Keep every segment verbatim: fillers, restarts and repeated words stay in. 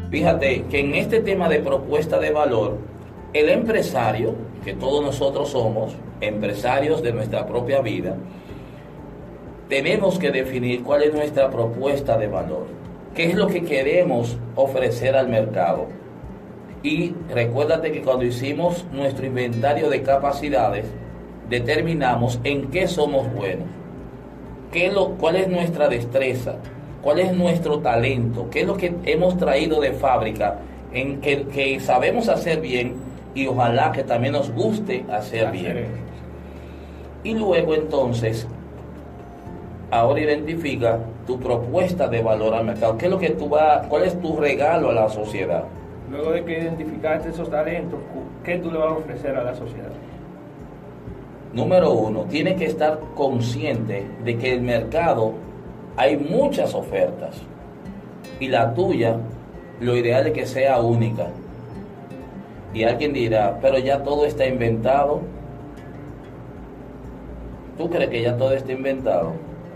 Fíjate que en este tema de propuesta de valor, el empresario, que todos nosotros somos empresarios de nuestra propia vida, tenemos que definir cuál es nuestra propuesta de valor, qué es lo que queremos ofrecer al mercado. Y recuérdate que cuando hicimos nuestro inventario de capacidades, determinamos en qué somos buenos, qué es lo, cuál es nuestra destreza, cuál es nuestro talento, qué es lo que hemos traído de fábrica, en que, que sabemos hacer bien y ojalá que también nos guste hacer bien. Y luego entonces, ahora identifica tu propuesta de valor al mercado, qué es lo que tú vas, cuál es tu regalo a la sociedad. Luego de que identificaste esos talentos, ¿qué tú le vas a ofrecer a la sociedad? Número uno, tienes que estar consciente de que el mercado hay muchas ofertas y la tuya, lo ideal es que sea única. Y alguien dirá, pero ya todo está inventado. ¿Tú crees que ya todo está inventado?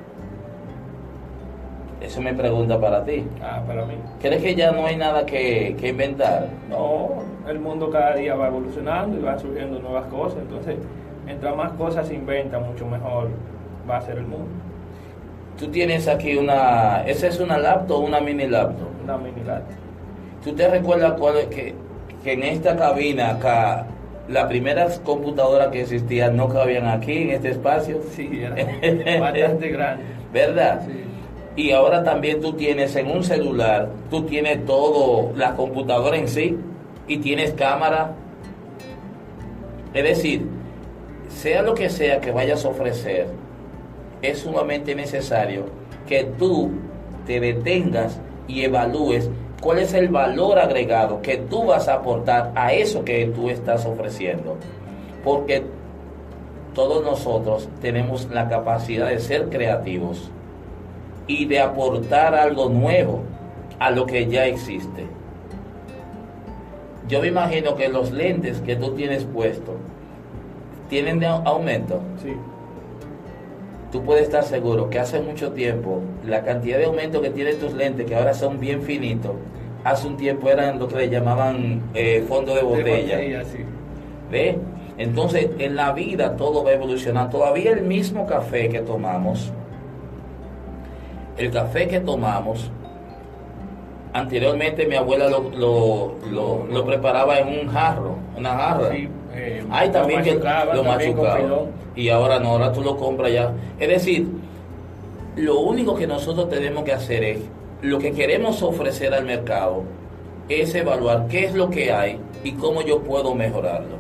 Eso me pregunta para ti. Ah, para mí. ¿Crees que ya no hay nada que, que inventar? No, el mundo cada día va evolucionando y va surgiendo nuevas cosas. Entonces, mientras más cosas se inventan, mucho mejor va a ser el mundo. Tú tienes aquí una... ¿Esa es una laptop o una mini laptop? Una mini laptop. ¿Tú te recuerdas cuál es que, que en esta cabina acá, las primeras computadoras que existían no cabían aquí en este espacio? Sí, era bastante grande. ¿Verdad? Sí. Y ahora también tú tienes en un celular, tú tienes todo, la computadora en sí, y tienes cámara. Es decir, sea lo que sea que vayas a ofrecer, es sumamente necesario que tú te detengas y evalúes cuál es el valor agregado que tú vas a aportar a eso que tú estás ofreciendo. Porque todos nosotros tenemos la capacidad de ser creativos y de aportar algo nuevo a lo que ya existe. Yo me imagino que los lentes que tú tienes puestos tienen de aumento. Sí. Tú puedes estar seguro que hace mucho tiempo la cantidad de aumento que tienen tus lentes, que ahora son bien finitos, hace un tiempo eran lo que le llamaban eh, fondo de botella. De botella, sí. ¿Ve? Entonces en la vida todo va evolucionando. Todavía el mismo café que tomamos, el café que tomamos, anteriormente mi abuela lo, lo, lo, lo preparaba en un jarro, una jarra. Sí, eh, Hay también que lo machucaba. Y ahora no, ahora tú lo compras ya. Es decir, lo único que nosotros tenemos que hacer es, lo que queremos ofrecer al mercado, es evaluar qué es lo que hay y cómo yo puedo mejorarlo.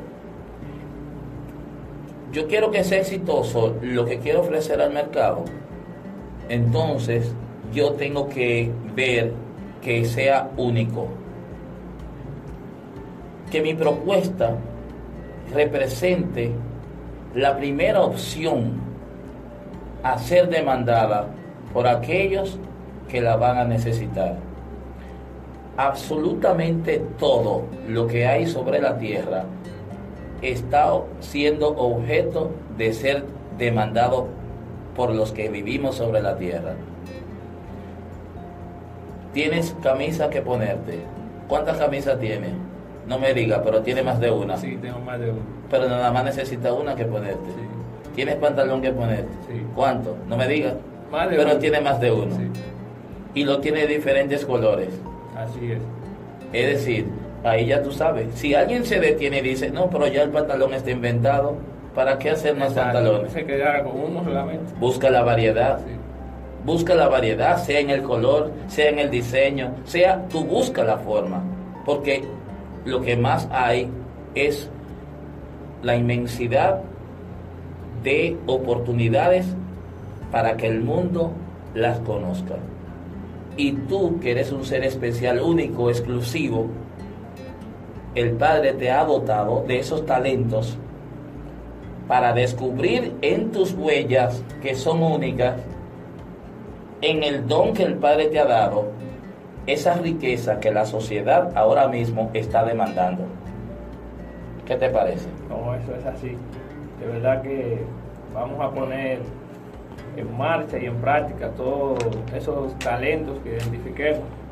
Yo quiero que sea exitoso lo que quiero ofrecer al mercado. Entonces, yo tengo que ver que sea único. Que mi propuesta represente la primera opción a ser demandada por aquellos que la van a necesitar. Absolutamente todo lo que hay sobre la tierra está siendo objeto de ser demandado por los que vivimos sobre la tierra. Tienes camisa que ponerte. ¿Cuántas camisas tienes? No me digas, pero tiene más de una. Sí, tengo más de una. Pero nada más necesitas una que ponerte. Sí. ¿Tienes pantalón que ponerte? Sí. ¿Cuánto? No me digas. Más de pero uno. tiene más de uno. Sí. Y lo tiene de diferentes colores. Así es. Es decir, ahí ya tú sabes. Si alguien se detiene y dice, no, pero ya el pantalón está inventado, ¿para qué hacer más Exacto. pantalones? Se quedara con uno solamente. Busca la variedad. Sí. Busca la variedad, sea en el color, sea en el diseño, sea, tú busca la forma. Porque lo que más hay es la inmensidad de oportunidades para que el mundo las conozca. Y tú, que eres un ser especial, único, exclusivo, el Padre te ha dotado de esos talentos para descubrir en tus huellas, que son únicas, en el don que el Padre te ha dado, esa riqueza que la sociedad ahora mismo está demandando. ¿Qué te parece? No, eso es así. De verdad que vamos a poner en marcha y en práctica todos esos talentos que identifiquemos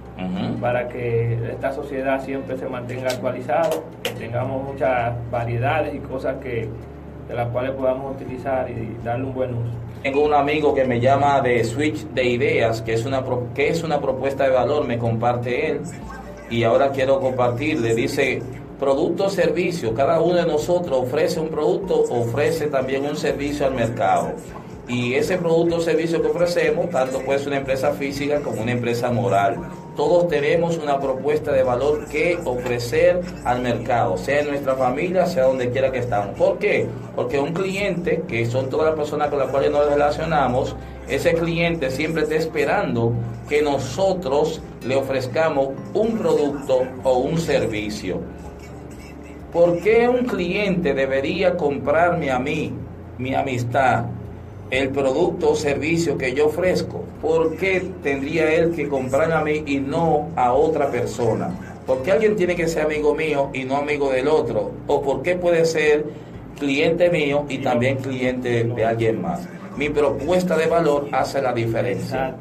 uh-huh. para que esta sociedad siempre se mantenga actualizada, que tengamos muchas variedades y cosas que de las cuales podamos utilizar y darle un buen uso. Tengo un amigo que me llama de Switch de Ideas, que es una que es una propuesta de valor, me comparte él, y ahora quiero compartirle. Dice: producto o servicio, cada uno de nosotros ofrece un producto, ofrece también un servicio al mercado. Y ese producto o servicio que ofrecemos, tanto puede ser una empresa física como una empresa moral. Todos tenemos una propuesta de valor que ofrecer al mercado, sea en nuestra familia, sea donde quiera que estamos. ¿Por qué? Porque un cliente, que son todas las personas con las cuales nos relacionamos, ese cliente siempre está esperando que nosotros le ofrezcamos un producto o un servicio. ¿Por qué un cliente debería comprarme a mí, mi amistad, el producto o servicio que yo ofrezco? ¿Por qué tendría él que comprarme a mí y no a otra persona? ¿Por qué alguien tiene que ser amigo mío y no amigo del otro? ¿O por qué puede ser cliente mío y también cliente de alguien más? Mi propuesta de valor hace la diferencia.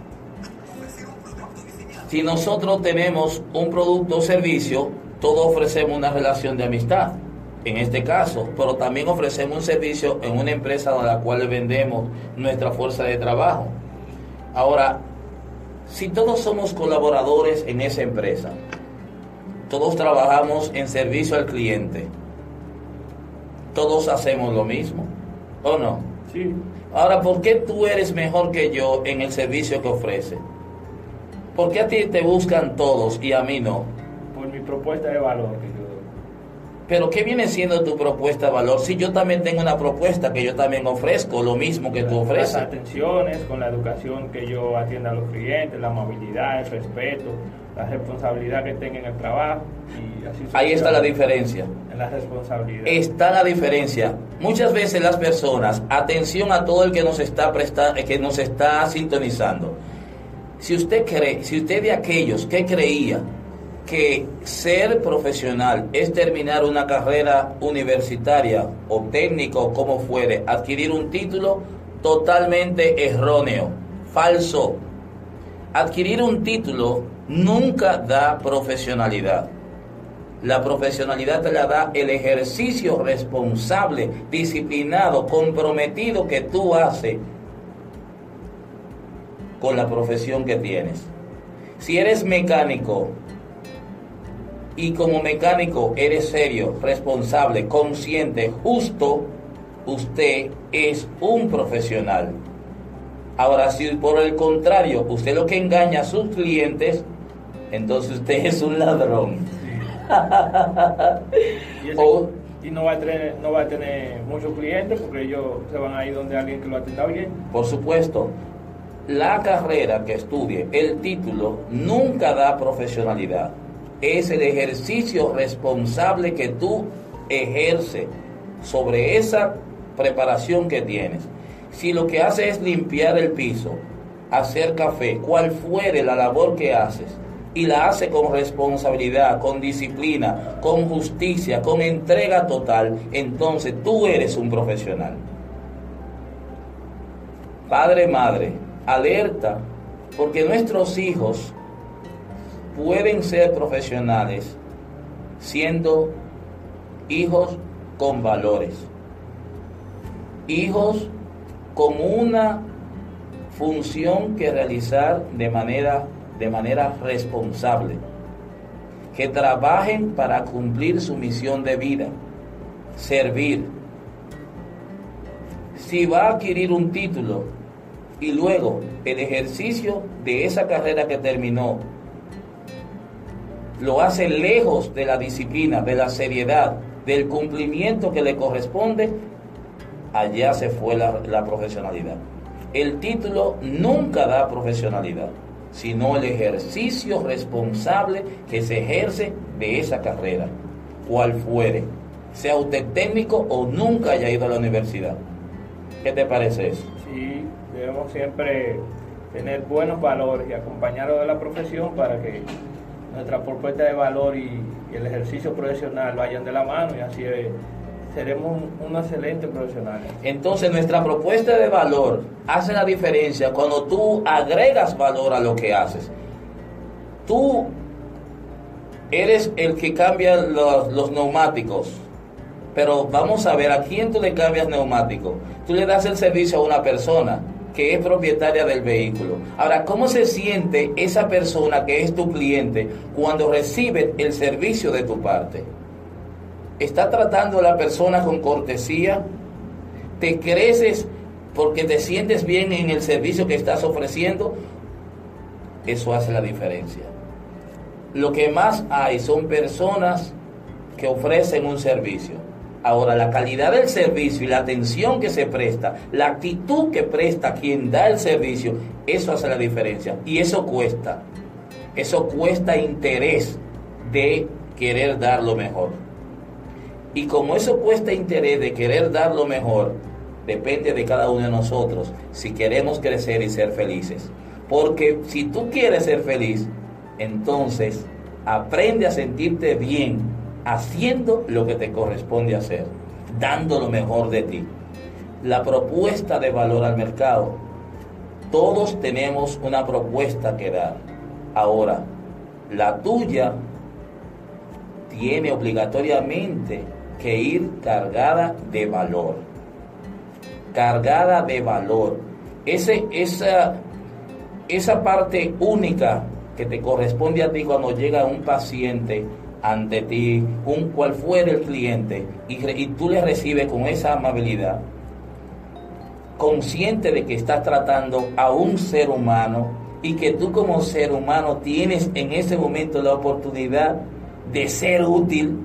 Si nosotros tenemos un producto o servicio, todos ofrecemos una relación de amistad, en este caso, pero también ofrecemos un servicio en una empresa a la cual le vendemos nuestra fuerza de trabajo. Ahora, si todos somos colaboradores en esa empresa, todos trabajamos en servicio al cliente, todos hacemos lo mismo, ¿o no? Sí. Ahora, ¿por qué tú eres mejor que yo en el servicio que ofreces? ¿Por qué a ti te buscan todos y a mí no? Por mi propuesta de valor que yo doy. Pero ¿qué viene siendo tu propuesta de valor? Si yo también tengo una propuesta que yo también ofrezco, lo mismo que tú ofreces. Las atenciones, con la educación que yo atienda a los clientes, la amabilidad, el respeto, la responsabilidad que tenga en el trabajo. Y así ahí está la diferencia. En la responsabilidad. Está la diferencia. Muchas veces las personas, atención a todo el que nos está prestando, que nos está sintonizando. Si usted cree, si usted de aquellos que creía que ser profesional es terminar una carrera universitaria o técnica o como fuere, adquirir un título, totalmente erróneo, falso. Adquirir un título nunca da profesionalidad. La profesionalidad te la da el ejercicio responsable, disciplinado, comprometido que tú haces con la profesión que tienes. Si eres mecánico y como mecánico eres serio, responsable, consciente, justo, usted es un profesional. Ahora, si por el contrario usted lo que engaña a sus clientes, entonces usted es un ladrón. y, ese, o, y no va a tener, no va a tener muchos clientes porque ellos se van a ir donde alguien que lo atienda bien. Por supuesto. La carrera que estudie, el título, nunca da profesionalidad. Es el ejercicio responsable que tú ejerces sobre esa preparación que tienes. Si lo que haces es limpiar el piso, hacer café, cual fuere la labor que haces, y la hace con responsabilidad, con disciplina, con justicia, con entrega total, entonces tú eres un profesional. Padre, madre, alerta, porque nuestros hijos pueden ser profesionales siendo hijos con valores, hijos con una función que realizar de manera, de manera responsable, que trabajen para cumplir su misión de vida, servir. Si va a adquirir un título y luego el ejercicio de esa carrera que terminó lo hace lejos de la disciplina, de la seriedad, del cumplimiento que le corresponde, allá se fue la, la profesionalidad. El título nunca da profesionalidad, sino el ejercicio responsable que se ejerce de esa carrera, cual fuere, sea usted técnico o nunca haya ido a la universidad. ¿Qué te parece eso? Sí, debemos siempre tener buenos valores y acompañarlo de la profesión para que nuestra propuesta de valor y, y el ejercicio profesional vayan de la mano y así es, seremos un, un excelente profesional. Entonces nuestra propuesta de valor hace la diferencia cuando tú agregas valor a lo que haces. Tú eres el que cambia los, los neumáticos, pero vamos a ver, ¿a quién tú le cambias neumáticos? Tú le das el servicio a una persona que es propietaria del vehículo. Ahora, ¿cómo se siente esa persona que es tu cliente cuando recibe el servicio de tu parte? ¿Está tratando a la persona con cortesía? ¿Te creces porque te sientes bien en el servicio que estás ofreciendo? Eso hace la diferencia. Lo que más hay son personas que ofrecen un servicio. Ahora, la calidad del servicio y la atención que se presta, la actitud que presta quien da el servicio, eso hace la diferencia. Y eso cuesta. Eso cuesta interés de querer dar lo mejor. Y como eso cuesta interés de querer dar lo mejor, depende de cada uno de nosotros si queremos crecer y ser felices. Porque si tú quieres ser feliz, entonces aprende a sentirte bien haciendo lo que te corresponde hacer, dando lo mejor de ti. La propuesta de valor al mercado. Todos tenemos una propuesta que dar. Ahora, la tuya tiene obligatoriamente que ir cargada de valor. Cargada de valor. Ese, esa, esa parte única que te corresponde a ti cuando llega un paciente ante ti, un cual fuera el cliente, y, y tú le recibes con esa amabilidad, consciente de que estás tratando a un ser humano y que tú como ser humano tienes en ese momento la oportunidad de ser útil,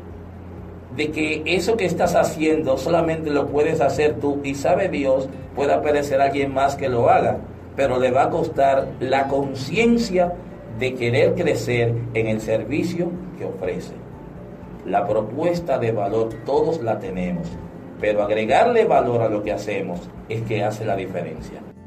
de que eso que estás haciendo solamente lo puedes hacer tú y sabe Dios, puede aparecer alguien más que lo haga, pero le va a costar la conciencia de querer crecer en el servicio que ofrece. La propuesta de valor todos la tenemos, pero agregarle valor a lo que hacemos es que hace la diferencia.